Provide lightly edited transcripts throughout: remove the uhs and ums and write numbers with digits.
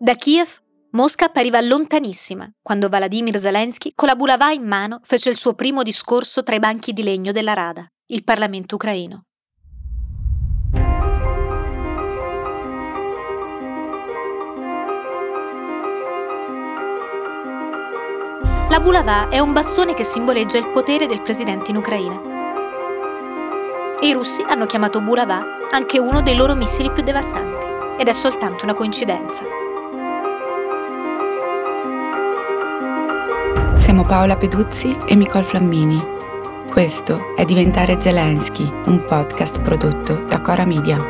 Da Kiev, Mosca appariva lontanissima quando Volodymyr Zelensky, con la bulava in mano, fece il suo primo discorso tra i banchi di legno della Rada, il Parlamento ucraino. La bulava è un bastone che simboleggia il potere del presidente in Ucraina. E i russi hanno chiamato bulava anche uno dei loro missili più devastanti, ed è soltanto una coincidenza. Siamo Paola Peduzzi e Nicole Flammini. Questo è Diventare Zelensky, un podcast prodotto da Cora Media.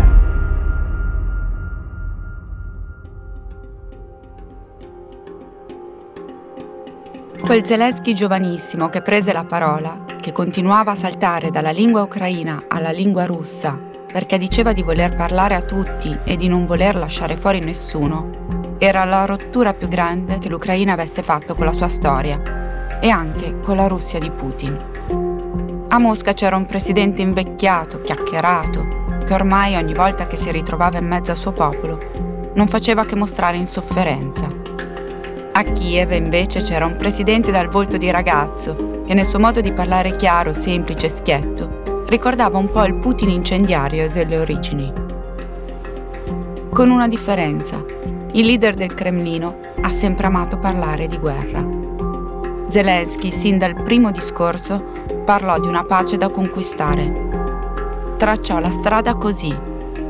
Quel Zelensky giovanissimo che prese la parola, che continuava a saltare dalla lingua ucraina alla lingua russa, perché diceva di voler parlare a tutti e di non voler lasciare fuori nessuno, era la rottura più grande che l'Ucraina avesse fatto con la sua storia e anche con la Russia di Putin. A Mosca c'era un presidente invecchiato, chiacchierato, che ormai ogni volta che si ritrovava in mezzo al suo popolo non faceva che mostrare insofferenza. A Kiev invece c'era un presidente dal volto di ragazzo che nel suo modo di parlare chiaro, semplice e schietto ricordava un po' il Putin incendiario delle origini. Con una differenza: il leader del Cremlino ha sempre amato parlare di guerra. Zelensky, sin dal primo discorso, parlò di una pace da conquistare. Tracciò la strada così: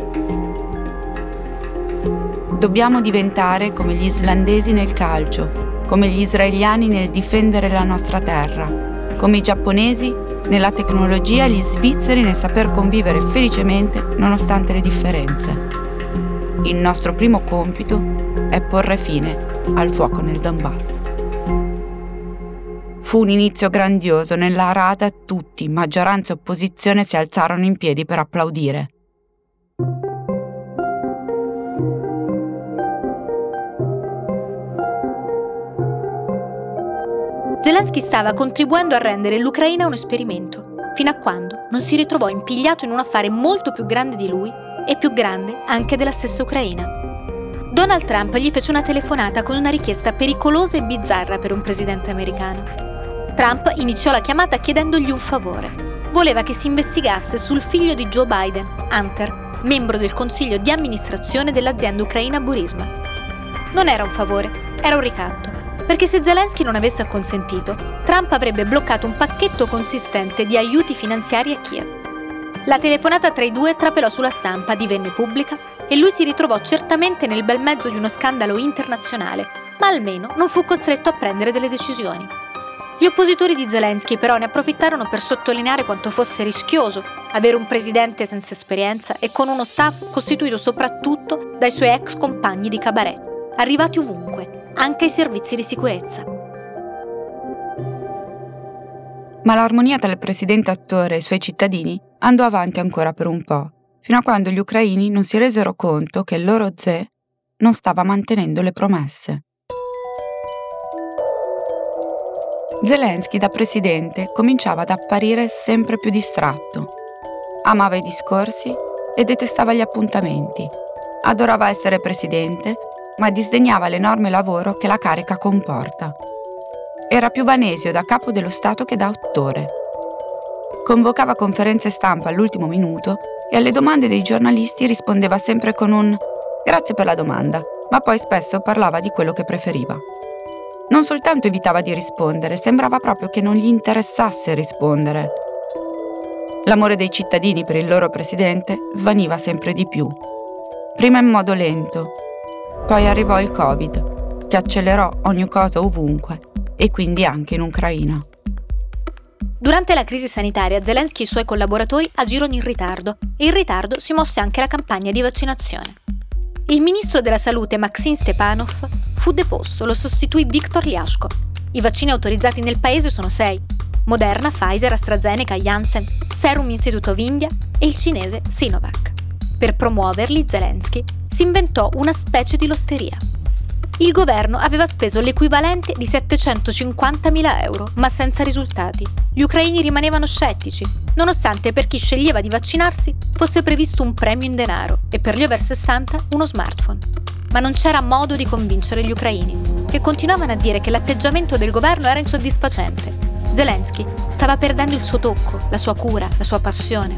dobbiamo diventare come gli islandesi nel calcio, come gli israeliani nel difendere la nostra terra, come i giapponesi nella tecnologia e gli svizzeri nel saper convivere felicemente nonostante le differenze. Il nostro primo compito è porre fine al fuoco nel Donbass. Fu un inizio grandioso. Nella Rada tutti, maggioranza e opposizione, si alzarono in piedi per applaudire. Zelensky stava contribuendo a rendere l'Ucraina un esperimento, fino a quando non si ritrovò impigliato in un affare molto più grande di lui e più grande anche della stessa Ucraina. Donald Trump gli fece una telefonata con una richiesta pericolosa e bizzarra per un presidente americano. Trump iniziò la chiamata chiedendogli un favore. Voleva che si investigasse sul figlio di Joe Biden, Hunter, membro del consiglio di amministrazione dell'azienda ucraina Burisma. Non era un favore, era un ricatto. Perché se Zelensky non avesse acconsentito, Trump avrebbe bloccato un pacchetto consistente di aiuti finanziari a Kiev. La telefonata tra i due trapelò sulla stampa, divenne pubblica e lui si ritrovò certamente nel bel mezzo di uno scandalo internazionale, ma almeno non fu costretto a prendere delle decisioni. Gli oppositori di Zelensky però ne approfittarono per sottolineare quanto fosse rischioso avere un presidente senza esperienza e con uno staff costituito soprattutto dai suoi ex compagni di cabaret, arrivati ovunque, anche ai servizi di sicurezza. Ma l'armonia tra il presidente attore e i suoi cittadini andò avanti ancora per un po', fino a quando gli ucraini non si resero conto che il loro zè non stava mantenendo le promesse. Zelensky da presidente cominciava ad apparire sempre più distratto. Amava i discorsi e detestava gli appuntamenti. Adorava essere presidente, ma disdegnava l'enorme lavoro che la carica comporta. Era più vanesio da capo dello Stato che da attore. Convocava conferenze stampa all'ultimo minuto e alle domande dei giornalisti rispondeva sempre con un «grazie per la domanda», ma poi spesso parlava di quello che preferiva. Non soltanto evitava di rispondere, sembrava proprio che non gli interessasse rispondere. L'amore dei cittadini per il loro presidente svaniva sempre di più. Prima in modo lento, poi arrivò il Covid, che accelerò ogni cosa ovunque, e quindi anche in Ucraina. Durante la crisi sanitaria, Zelensky e i suoi collaboratori agirono in ritardo, e in ritardo si mosse anche la campagna di vaccinazione. Il ministro della salute, Maksim Stepanov, fu deposto, lo sostituì Viktor Lyashko. I vaccini autorizzati nel paese sono 6: Moderna, Pfizer, AstraZeneca, Janssen, Serum Institute of India e il cinese Sinovac. Per promuoverli, Zelensky si inventò una specie di lotteria. Il governo aveva speso l'equivalente di 750.000 euro, ma senza risultati. Gli ucraini rimanevano scettici, nonostante per chi sceglieva di vaccinarsi fosse previsto un premio in denaro e per gli over 60 uno smartphone. ma non c'era modo di convincere gli ucraini, che continuavano a dire che l'atteggiamento del governo era insoddisfacente. Zelensky stava perdendo il suo tocco, la sua cura, la sua passione.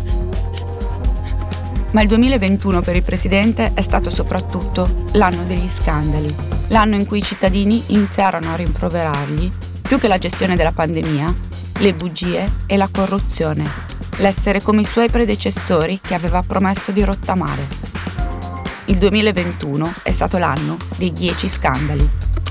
Ma il 2021 per il presidente è stato soprattutto l'anno degli scandali, l'anno in cui i cittadini iniziarono a rimproverargli, più che la gestione della pandemia, le bugie e la corruzione, l'essere come i suoi predecessori che aveva promesso di rottamare. Il 2021 è stato l'anno dei 10 scandali.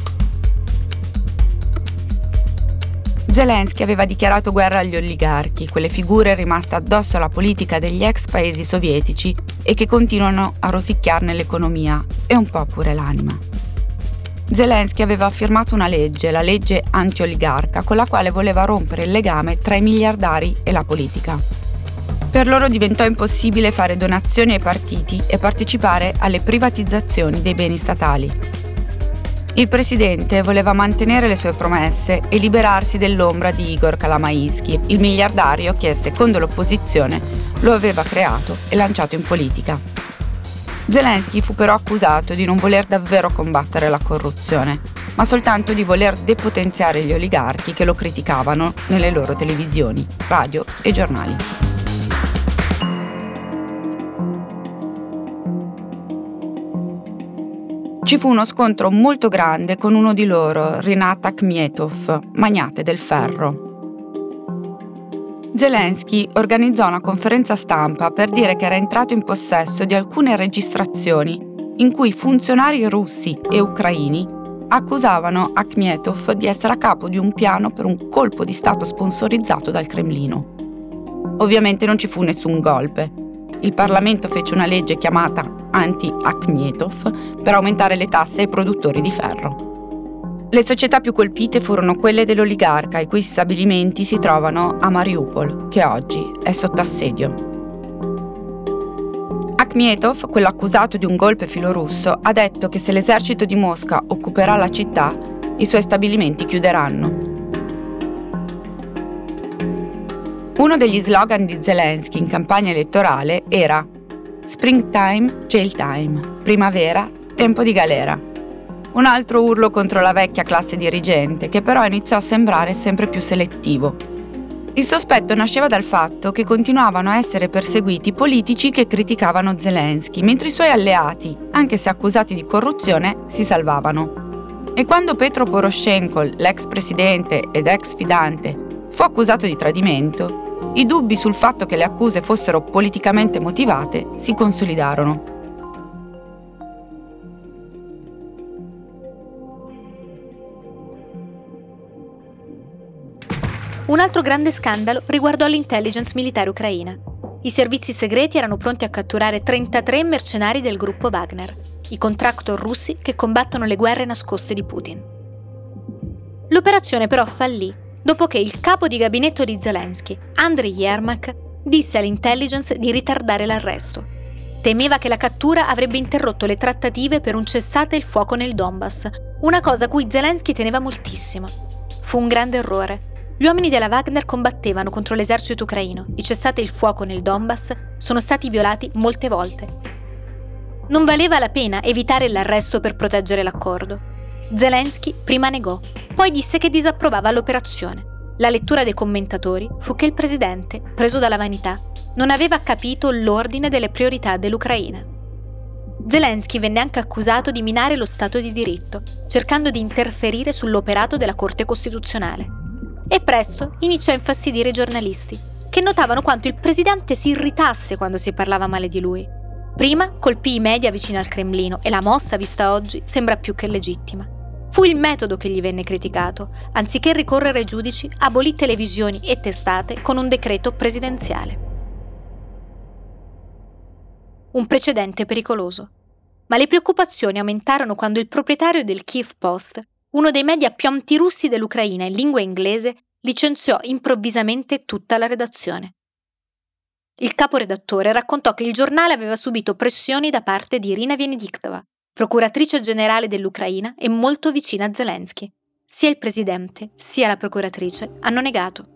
Zelensky aveva dichiarato guerra agli oligarchi, quelle figure rimaste addosso alla politica degli ex paesi sovietici e che continuano a rosicchiarne l'economia e un po' pure l'anima. Zelensky aveva firmato una legge, la legge anti-oligarca, con la quale voleva rompere il legame tra i miliardari e la politica. Per loro diventò impossibile fare donazioni ai partiti e partecipare alle privatizzazioni dei beni statali. Il presidente voleva mantenere le sue promesse e liberarsi dell'ombra di Igor Kolomoisky, il miliardario che, secondo l'opposizione, lo aveva creato e lanciato in politica. Zelensky fu però accusato di non voler davvero combattere la corruzione, ma soltanto di voler depotenziare gli oligarchi che lo criticavano nelle loro televisioni, radio e giornali. Ci fu uno scontro molto grande con uno di loro, Rinat Akhmetov, magnate del ferro. Zelensky organizzò una conferenza stampa per dire che era entrato in possesso di alcune registrazioni in cui funzionari russi e ucraini accusavano Akhmetov di essere a capo di un piano per un colpo di Stato sponsorizzato dal Cremlino. Ovviamente non ci fu nessun golpe. Il Parlamento fece una legge chiamata anti-Akhmetov per aumentare le tasse ai produttori di ferro. Le società più colpite furono quelle dell'oligarca, i cui stabilimenti si trovano a Mariupol, che oggi è sotto assedio. Akhmetov, quello accusato di un golpe filorusso, ha detto che se l'esercito di Mosca occuperà la città, i suoi stabilimenti chiuderanno. Uno degli slogan di Zelensky in campagna elettorale era Springtime, jail time, primavera, tempo di galera. Un altro urlo contro la vecchia classe dirigente, che però iniziò a sembrare sempre più selettivo. Il sospetto nasceva dal fatto che continuavano a essere perseguiti politici che criticavano Zelensky, mentre i suoi alleati, anche se accusati di corruzione, si salvavano. E quando Petro Poroshenko, l'ex presidente ed ex fidante, fu accusato di tradimento, i dubbi sul fatto che le accuse fossero politicamente motivate si consolidarono. Un altro grande scandalo riguardò l'intelligence militare ucraina. I servizi segreti erano pronti a catturare 33 mercenari del gruppo Wagner, i contractor russi che combattono le guerre nascoste di Putin. L'operazione però fallì dopo che il capo di gabinetto di Zelensky, Andriy Yermak, disse all'intelligence di ritardare l'arresto. Temeva che la cattura avrebbe interrotto le trattative per un cessate il fuoco nel Donbass, una cosa a cui Zelensky teneva moltissimo. Fu un grande errore. Gli uomini della Wagner combattevano contro l'esercito ucraino. I cessate il fuoco nel Donbass sono stati violati molte volte. Non valeva la pena evitare l'arresto per proteggere l'accordo. Zelensky prima negò, poi disse che disapprovava l'operazione. La lettura dei commentatori fu che il presidente, preso dalla vanità, non aveva capito l'ordine delle priorità dell'Ucraina. Zelensky venne anche accusato di minare lo Stato di diritto, cercando di interferire sull'operato della Corte Costituzionale. E presto iniziò a infastidire i giornalisti, che notavano quanto il presidente si irritasse quando si parlava male di lui. Prima colpì i media vicino al Cremlino e la mossa vista oggi sembra più che legittima. Fu il metodo che gli venne criticato. Anziché ricorrere ai giudici, abolì televisioni e testate con un decreto presidenziale. Un precedente pericoloso. Ma le preoccupazioni aumentarono quando il proprietario del Kiev Post, uno dei media più antirussi dell'Ucraina in lingua inglese, licenziò improvvisamente tutta la redazione. Il caporedattore raccontò che il giornale aveva subito pressioni da parte di Irina Venediktova, procuratrice generale dell'Ucraina e molto vicina a Zelensky. Sia il presidente sia la procuratrice hanno negato.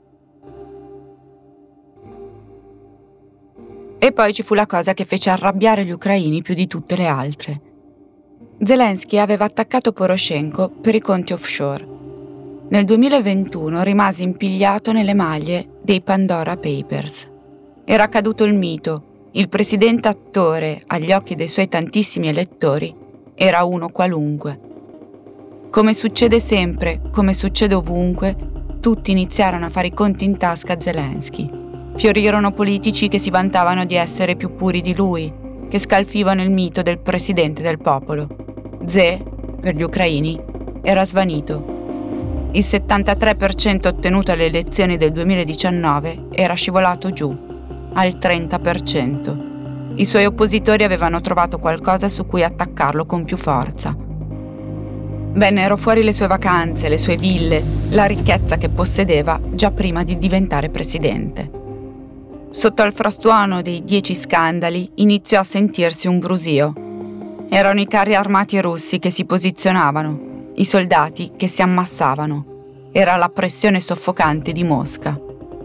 E poi ci fu la cosa che fece arrabbiare gli ucraini più di tutte le altre. Zelensky aveva attaccato Poroshenko per i conti offshore. Nel 2021 rimase impigliato nelle maglie dei Pandora Papers. Era caduto il mito, il presidente attore, agli occhi dei suoi tantissimi elettori, era uno qualunque. Come succede sempre, come succede ovunque, tutti iniziarono a fare i conti in tasca a Zelensky. Fiorirono politici che si vantavano di essere più puri di lui, che scalfivano il mito del presidente del popolo. Ze, per gli ucraini, era svanito. Il 73% ottenuto alle elezioni del 2019 era scivolato giù, al 30%. I suoi oppositori avevano trovato qualcosa su cui attaccarlo con più forza. Vennero fuori le sue vacanze, le sue ville, la ricchezza che possedeva già prima di diventare presidente. Sotto al frastuono dei 10 scandali iniziò a sentirsi un brusio. Erano i carri armati russi che si posizionavano, i soldati che si ammassavano. Era la pressione soffocante di Mosca.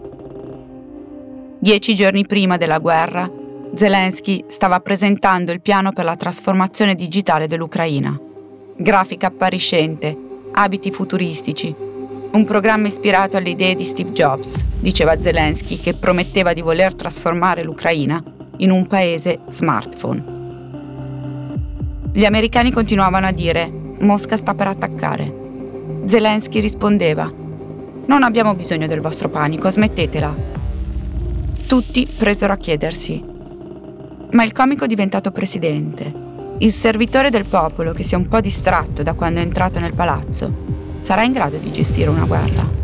10 giorni prima della guerra, Zelensky stava presentando il piano per la trasformazione digitale dell'Ucraina. Grafica appariscente, abiti futuristici, un programma ispirato alle idee di Steve Jobs, diceva Zelensky, che prometteva di voler trasformare l'Ucraina in un paese smartphone. Gli americani continuavano a dire: Mosca sta per attaccare. Zelensky rispondeva: non abbiamo bisogno del vostro panico, smettetela. Tutti presero a chiedersi: ma il comico è diventato presidente, il servitore del popolo che si è un po' distratto da quando è entrato nel palazzo, sarà in grado di gestire una guerra?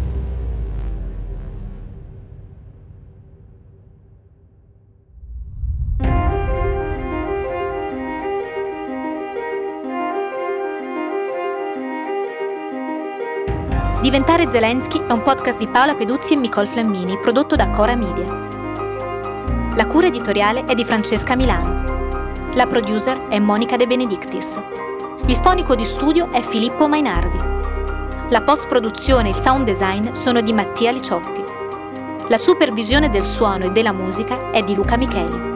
Diventare Zelensky è un podcast di Paola Peduzzi e Nicole Flammini, prodotto da Cora Media. La cura editoriale è di Francesca Milano. La producer è Monica De Benedictis. Il fonico di studio è Filippo Mainardi. La post-produzione e il sound design sono di Mattia Liciotti. La supervisione del suono e della musica è di Luca Micheli.